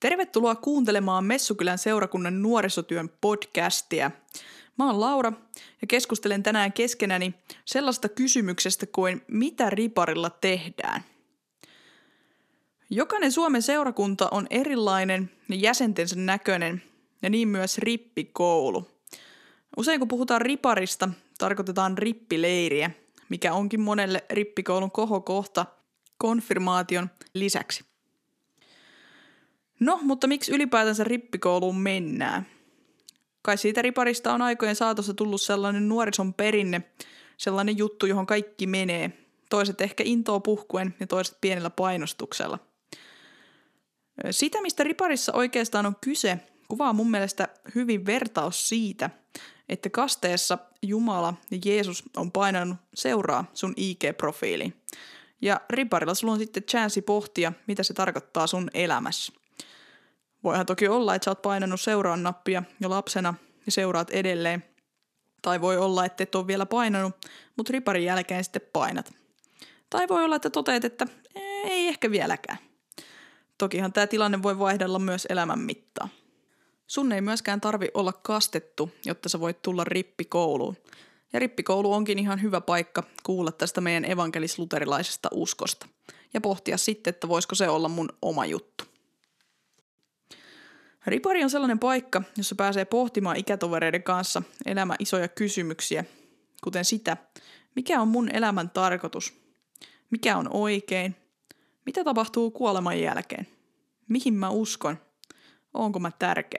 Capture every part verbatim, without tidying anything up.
Tervetuloa kuuntelemaan Messukylän seurakunnan nuorisotyön podcastia. Mä oon Laura ja keskustelen tänään keskenäni sellaista kysymyksestä kuin mitä riparilla tehdään. Jokainen Suomen seurakunta on erilainen ja jäsentensä näköinen ja niin myös rippikoulu. Usein kun puhutaan riparista, tarkoitetaan rippileiriä, mikä onkin monelle rippikoulun kohokohta konfirmaation lisäksi. No, mutta miksi ylipäätänsä rippikouluun mennään? Kai siitä riparista on aikojen saatossa tullut sellainen nuorison perinne, sellainen juttu, johon kaikki menee. Toiset ehkä intoo puhkuen ja toiset pienellä painostuksella. Sitä, mistä riparissa oikeastaan on kyse, kuvaa mun mielestä hyvin vertaus siitä, että kasteessa Jumala ja Jeesus on painanut seuraa sun I G-profiiliin. Ja riparilla sulla on sitten chanssi pohtia, mitä se tarkoittaa sun elämässä. Voihan toki olla, että sä oot painanut seuraan nappia jo lapsena ja seuraat edelleen. Tai voi olla, että et ole vielä painanut, mutta riparin jälkeen sitten painat. Tai voi olla, että toteat, että ei ehkä vieläkään. Tokihan tämä tilanne voi vaihdella myös elämän mittaan. Sun ei myöskään tarvi olla kastettu, jotta sä voit tulla rippikouluun. Ja rippikoulu onkin ihan hyvä paikka kuulla tästä meidän evankelis-luterilaisesta uskosta. Ja pohtia sitten, että voisiko se olla mun oma juttu. Ripari on sellainen paikka, jossa pääsee pohtimaan ikätovereiden kanssa elämän isoja kysymyksiä, kuten sitä, mikä on mun elämän tarkoitus, mikä on oikein, mitä tapahtuu kuoleman jälkeen, mihin mä uskon, onko mä tärkeä.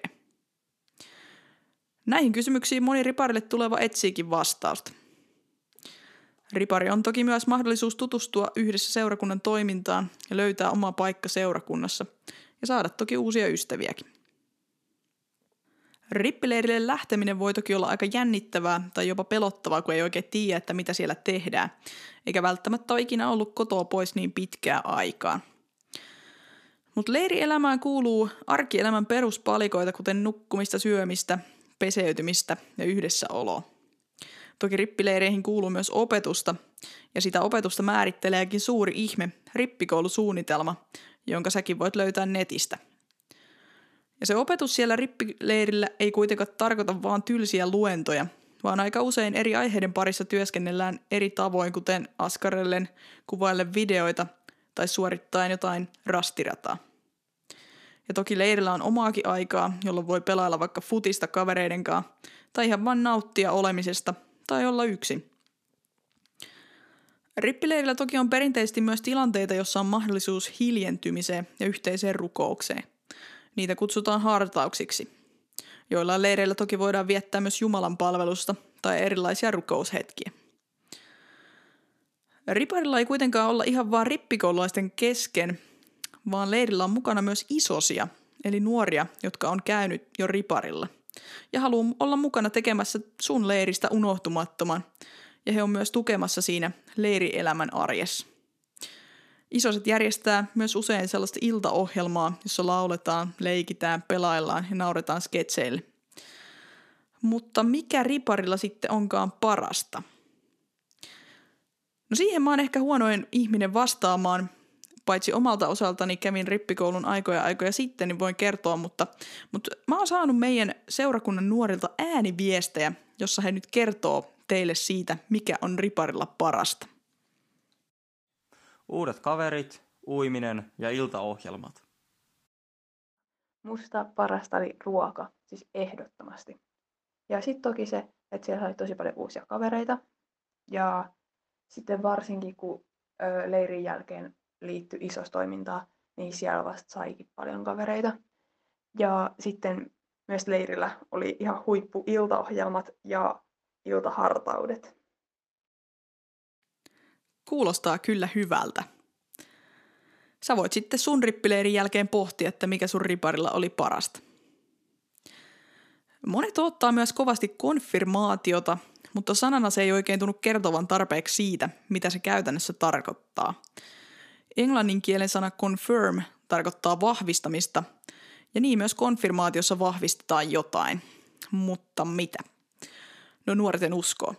Näihin kysymyksiin moni riparille tuleva etsiikin vastausta. Ripari on toki myös mahdollisuus tutustua yhdessä seurakunnan toimintaan ja löytää oma paikka seurakunnassa ja saada toki uusia ystäviäkin. Rippileirille lähteminen voi toki olla aika jännittävää tai jopa pelottavaa, kun ei oikein tiedä, että mitä siellä tehdään, eikä välttämättä ole ikinä ollut kotoa pois niin pitkää aikaa. Mutta leirielämään kuuluu arkielämän peruspalikoita, kuten nukkumista, syömistä, peseytymistä ja yhdessäoloa. Toki rippileireihin kuuluu myös opetusta, ja sitä opetusta määritteleekin suuri ihme, rippikoulusuunnitelma, jonka säkin voit löytää netistä. Ja se opetus siellä rippileirillä ei kuitenkaan tarkoita vaan tylsiä luentoja, vaan aika usein eri aiheiden parissa työskennellään eri tavoin, kuten askarellen, kuvaillen videoita tai suorittaen jotain rastirataa. Ja toki leirillä on omaakin aikaa, jolloin voi pelailla vaikka futista kavereiden kanssa, tai ihan vain nauttia olemisesta, tai olla yksin. Rippileirillä toki on perinteisesti myös tilanteita, jossa on mahdollisuus hiljentymiseen ja yhteiseen rukoukseen. Niitä kutsutaan hartauksiksi. Joillain leireillä toki voidaan viettää myös Jumalan palvelusta tai erilaisia rukoushetkiä. Riparilla ei kuitenkaan olla ihan vaan rippikoululaisten kesken, vaan leirillä on mukana myös isosia, eli nuoria, jotka on käynyt jo riparilla. Ja haluaa olla mukana tekemässä sun leiristä unohtumattoman, ja he on myös tukemassa siinä leirielämän arjessa. Isoset järjestää myös usein sellaista iltaohjelmaa, jossa lauletaan, leikitään, pelaillaan ja nauretaan sketseille. Mutta mikä riparilla sitten onkaan parasta? No siihen mä oon ehkä huonoin ihminen vastaamaan, paitsi omalta osaltani kävin rippikoulun aikoja aikoja sitten, niin voin kertoa, mutta, mutta mä oon saanut meidän seurakunnan nuorilta ääniviestejä, jossa he nyt kertoo teille siitä, mikä on riparilla parasta. Uudet kaverit, uiminen ja iltaohjelmat. Musta parasta oli ruoka, siis ehdottomasti. Ja sitten toki se, että siellä oli tosi paljon uusia kavereita. Ja sitten varsinkin kun ö, leirin jälkeen liittyi isostoimintaa, niin siellä vasta saikin paljon kavereita. Ja sitten myös leirillä oli ihan huippu iltaohjelmat ja iltahartaudet. Kuulostaa kyllä hyvältä. Sä voit sitten sun rippileirin jälkeen pohtia, että mikä sun riparilla oli parasta. Monet ottaa myös kovasti konfirmaatiota, mutta sanana se ei oikein tunnu kertovan tarpeeksi siitä, mitä se käytännössä tarkoittaa. Englannin kielen sana confirm tarkoittaa vahvistamista, ja niin myös konfirmaatiossa vahvistetaan jotain. Mutta mitä? No nuorten uskoo.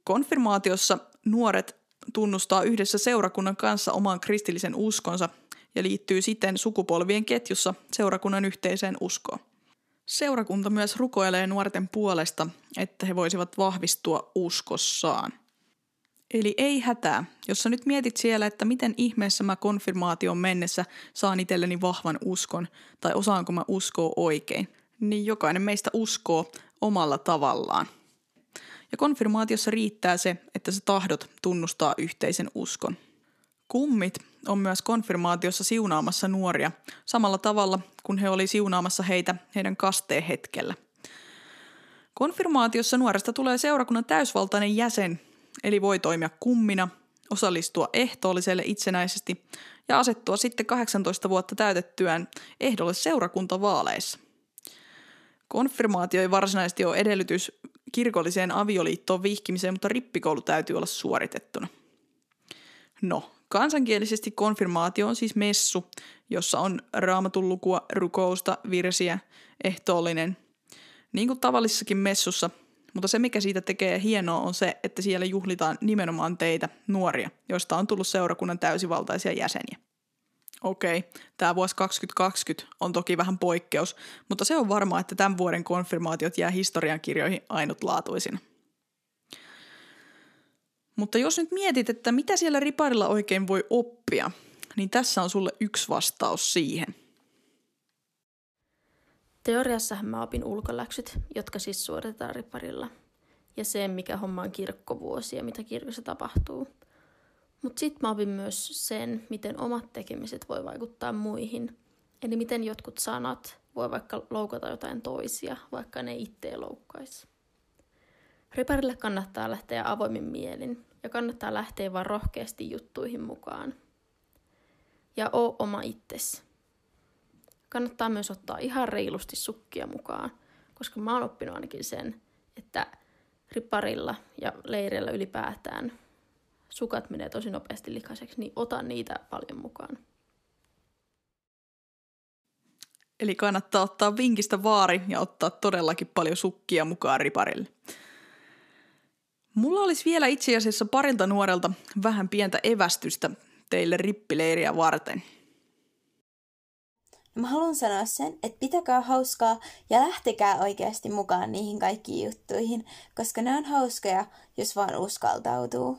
Konfirmaatiossa nuoret tunnustaa yhdessä seurakunnan kanssa oman kristillisen uskonsa ja liittyy siten sukupolvien ketjussa seurakunnan yhteiseen uskoon. Seurakunta myös rukoilee nuorten puolesta, että he voisivat vahvistua uskossaan. Eli ei hätää, jos sä nyt mietit siellä, että miten ihmeessä mä konfirmaation mennessä saan itselleni vahvan uskon, tai osaanko mä uskoa oikein, niin jokainen meistä uskoo omalla tavallaan. Ja konfirmaatiossa riittää se, että sä tahdot tunnustaa yhteisen uskon. Kummit on myös konfirmaatiossa siunaamassa nuoria samalla tavalla, kun he oli siunaamassa heitä heidän kasteen hetkellä. Konfirmaatiossa nuoresta tulee seurakunnan täysvaltainen jäsen, eli voi toimia kummina, osallistua ehtoolliselle itsenäisesti ja asettua sitten kahdeksantoista vuotta täytettyään ehdolle seurakuntavaaleissa. Konfirmaatio ei varsinaisesti ole edellytys kirkolliseen avioliittoon vihkimiseen, mutta rippikoulu täytyy olla suoritettuna. No, kansankielisesti konfirmaatio on siis messu, jossa on raamatun lukua, rukousta, virsiä, ehtoollinen, niin kuin tavallisessakin messussa, mutta se mikä siitä tekee hienoa on se, että siellä juhlitaan nimenomaan teitä, nuoria, joista on tullut seurakunnan täysivaltaisia jäseniä. Okei, tämä vuosi kaksituhattakaksikymmentä on toki vähän poikkeus, mutta se on varmaa, että tämän vuoden konfirmaatiot jää historiankirjoihin ainutlaatuisina. Mutta jos nyt mietit, että mitä siellä riparilla oikein voi oppia, niin tässä on sulle yksi vastaus siihen. Teoriassahan mä opin ulkoläksyt, jotka siis suoritetaan riparilla, ja sen, mikä homma on kirkkovuosi ja mitä kirkossa tapahtuu. Mutta sitten mä opin myös sen, miten omat tekemiset voi vaikuttaa muihin, eli miten jotkut sanat voi vaikka loukata jotain toisia, vaikka ne itse loukkaisi. Riparille kannattaa lähteä avoimin mielin ja kannattaa lähteä vaan rohkeasti juttuihin mukaan. Ja oo oma itsesi. Kannattaa myös ottaa ihan reilusti sukkia mukaan, koska mä oon oppinut ainakin sen, että riparilla ja leirillä ylipäätään sukat menee tosi nopeasti likaiseksi, niin ota niitä paljon mukaan. Eli kannattaa ottaa vinkistä vaari ja ottaa todellakin paljon sukkia mukaan riparille. Mulla olisi vielä itse asiassa parilta nuorelta vähän pientä evästystä teille rippileiriä varten. Mä haluan sanoa sen, että pitäkää hauskaa ja lähtekää oikeasti mukaan niihin kaikkiin juttuihin, koska ne on hauskoja, jos vaan uskaltautuu.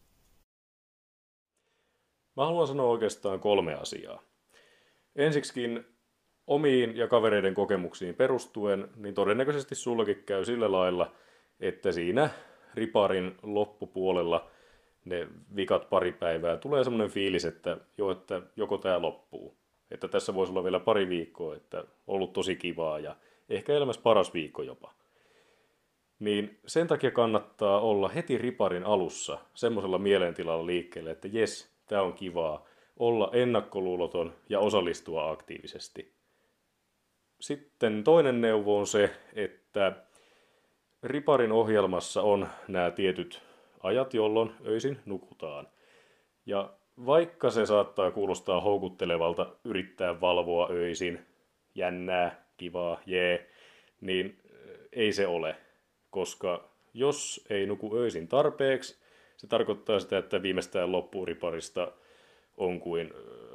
Mä haluan sanoa oikeastaan kolme asiaa. Ensiksikin omiin ja kavereiden kokemuksiin perustuen, niin todennäköisesti sullakin käy sillä lailla, että siinä riparin loppupuolella ne vikat pari päivää tulee semmoinen fiilis, että, jo, että joko tää loppuu. Että tässä voisi olla vielä pari viikkoa, että ollut tosi kivaa ja ehkä elämässä paras viikko jopa. Niin sen takia kannattaa olla heti riparin alussa semmoisella mielentilalla liikkeelle, että jes, tää on kivaa, olla ennakkoluuloton ja osallistua aktiivisesti. Sitten toinen neuvo on se, että riparin ohjelmassa on nämä tietyt ajat, jolloin öisin nukutaan. Ja vaikka se saattaa kuulostaa houkuttelevalta yrittää valvoa öisin, jännää, kivaa, jee, niin ei se ole. Koska jos ei nuku öisin tarpeeksi, se tarkoittaa sitä, että viimeistään loppuuriparista on kuin...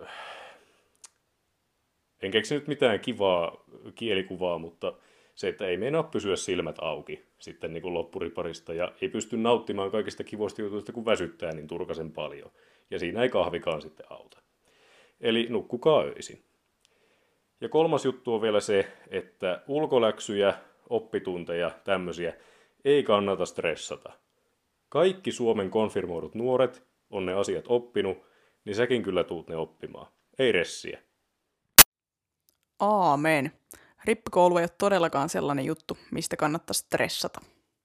En keksi nyt mitään kivaa kielikuvaa, mutta se, että ei meinaa pysyä silmät auki sitten niin kuin loppuriparista ja ei pysty nauttimaan kaikista kivoista jutuista, kun väsyttää niin turkasen paljon. Ja siinä ei kahvikaan sitten auta. Eli nukkukaa öisin. Ja kolmas juttu on vielä se, että ulkoläksyjä, oppitunteja, tämmöisiä ei kannata stressata. Kaikki Suomen konfirmoidut nuoret on ne asiat oppinut, niin säkin kyllä tuut ne oppimaan. Ei ressiä. Aamen. Rippikoulu ei ole todellakaan sellainen juttu, mistä kannattaa stressata.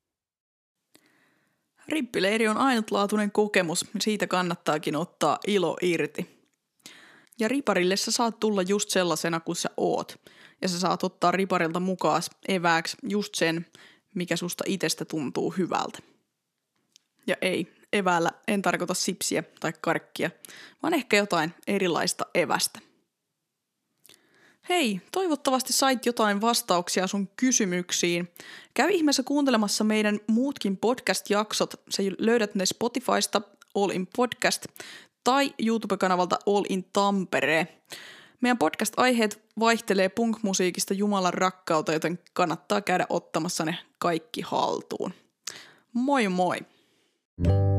Rippileiri on ainutlaatuinen kokemus, siitä kannattaakin ottaa ilo irti. Ja riparille sä saat tulla just sellaisena kuin sä oot. Ja sä saat ottaa riparilta mukaan evääksi just sen, mikä susta itsestä tuntuu hyvältä. Ja ei, eväällä en tarkoita sipsiä tai karkkia, vaan ehkä jotain erilaista evästä. Hei, toivottavasti sait jotain vastauksia sun kysymyksiin. Käy ihmeessä kuuntelemassa meidän muutkin podcast-jaksot. Sä löydät ne Spotifysta, All in Podcast, tai YouTube-kanavalta All in Tampere. Meidän podcast-aiheet vaihtelee punk-musiikista Jumalan rakkautta, joten kannattaa käydä ottamassa ne kaikki haltuun. Moi moi!